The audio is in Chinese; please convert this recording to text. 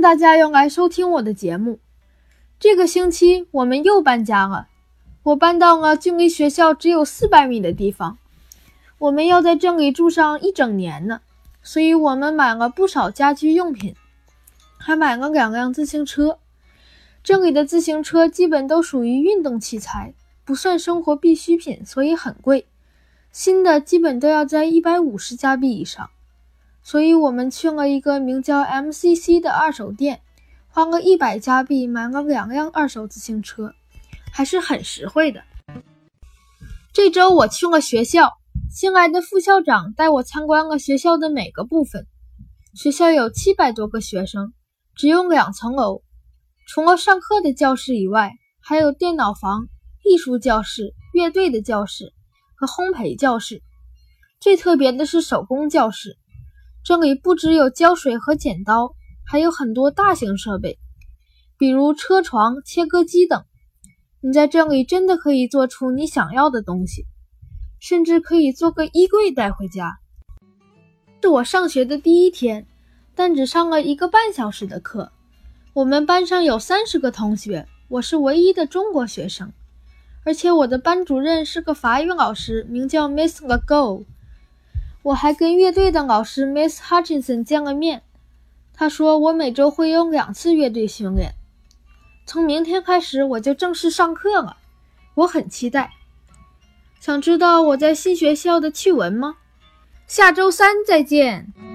迎大家又来收听我的节目。这个星期我们又搬家了，我搬到了距离学校只有400米的地方。我们要在这里住上1整年呢，所以我们买了不少家居用品，还买了2辆自行车。这里的自行车基本都属于运动器材，不算生活必需品，所以很贵。新的基本都要在150加币以上。所以我们去了一个名叫 MCC 的二手店，花了100加币买了2辆二手自行车，还是很实惠的。这周我去了学校，新来的副校长带我参观了学校的每个部分。学校有700多个学生，只有2层楼。除了上课的教室以外，还有电脑房、艺术教室、乐队的教室和烘焙教室。最特别的是手工教室，这里不只有胶水和剪刀，还有很多大型设备，比如车床、切割机等。你在这里真的可以做出你想要的东西，甚至可以做个衣柜带回家。是我上学的第1天，但只上了1个半小时的课。我们班上有30个同学，我是唯一的中国学生，而且我的班主任是个法语老师，名叫 Miss Legault。我还跟乐队的老师 Miss Hutchinson 见了面，她说我每周会有2次乐队训练。从明天开始我就正式上课了，我很期待。想知道我在新学校的趣闻吗？下周3再见。